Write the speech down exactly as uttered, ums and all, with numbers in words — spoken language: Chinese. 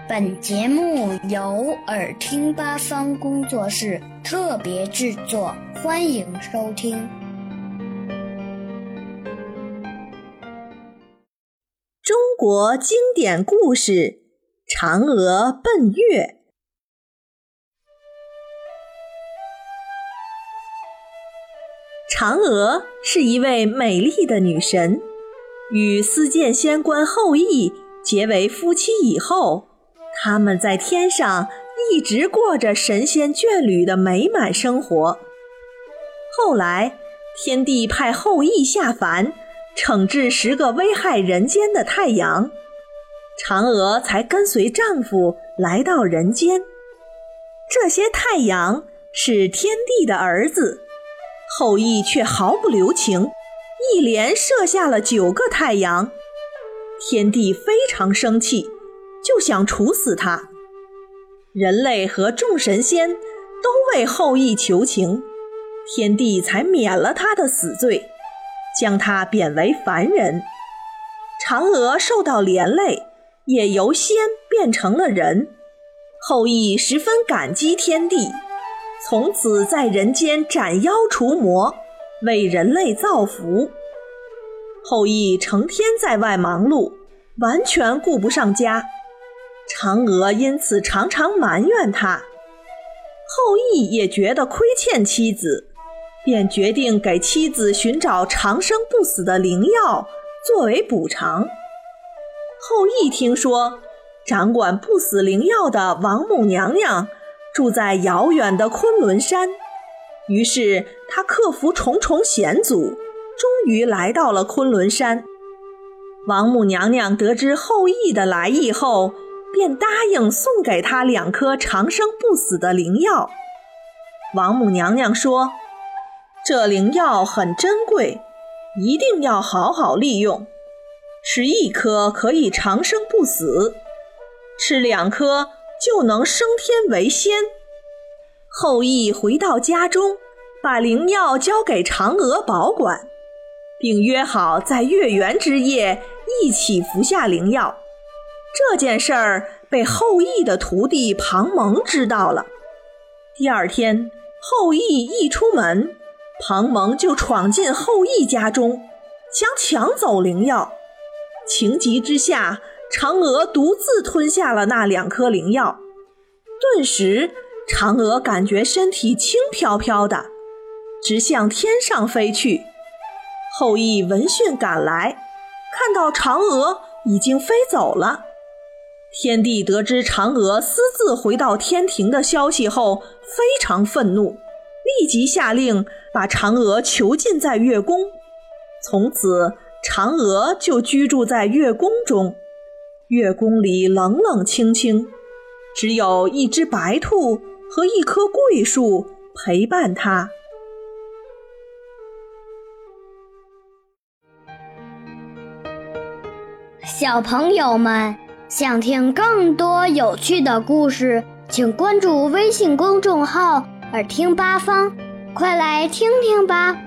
本节目由耳听八方工作室特别制作，欢迎收听。 中国经典故事《嫦娥奔月》。嫦娥是一位美丽的女神，与司剑仙官后羿结为夫妻以后，他们在天上一直过着神仙眷侣的美满生活。后来，天帝派后羿下凡，惩治十个危害人间的太阳，嫦娥才跟随丈夫来到人间。这些太阳是天帝的儿子，后羿却毫不留情，一连射下了九个太阳。天帝非常生气，就想处死他。人类和众神仙都为后羿求情，天帝才免了他的死罪，将他贬为凡人。嫦娥受到连累，也由仙变成了人。后羿十分感激天帝，从此在人间斩妖除魔，为人类造福。后羿成天在外忙碌，完全顾不上家，嫦娥因此常常埋怨他。后羿也觉得亏欠妻子，便决定给妻子寻找长生不死的灵药作为补偿。后羿听说掌管不死灵药的王母娘娘住在遥远的昆仑山，于是他克服重重险阻，终于来到了昆仑山。王母娘娘得知后羿的来意后，便答应送给他两颗长生不死的灵药。王母娘娘说，这灵药很珍贵，一定要好好利用。吃一颗可以长生不死，吃两颗就能升天为仙。后羿回到家中，把灵药交给嫦娥保管，并约好在月圆之夜一起服下灵药。这件事儿被后羿的徒弟庞蒙知道了。第二天，后羿一出门，庞蒙就闯进后羿家中，想抢走灵药。情急之下，嫦娥独自吞下了那两颗灵药。顿时，嫦娥感觉身体轻飘飘的，直向天上飞去。后羿闻讯赶来，看到嫦娥已经飞走了。天帝得知嫦娥私自回到天庭的消息后，非常愤怒，立即下令把嫦娥囚禁在月宫。从此，嫦娥就居住在月宫中。月宫里冷冷清清，只有一只白兔和一棵桂树陪伴她。 小朋友们，想听更多有趣的故事，请关注微信公众号“耳听八方”，快来听听吧。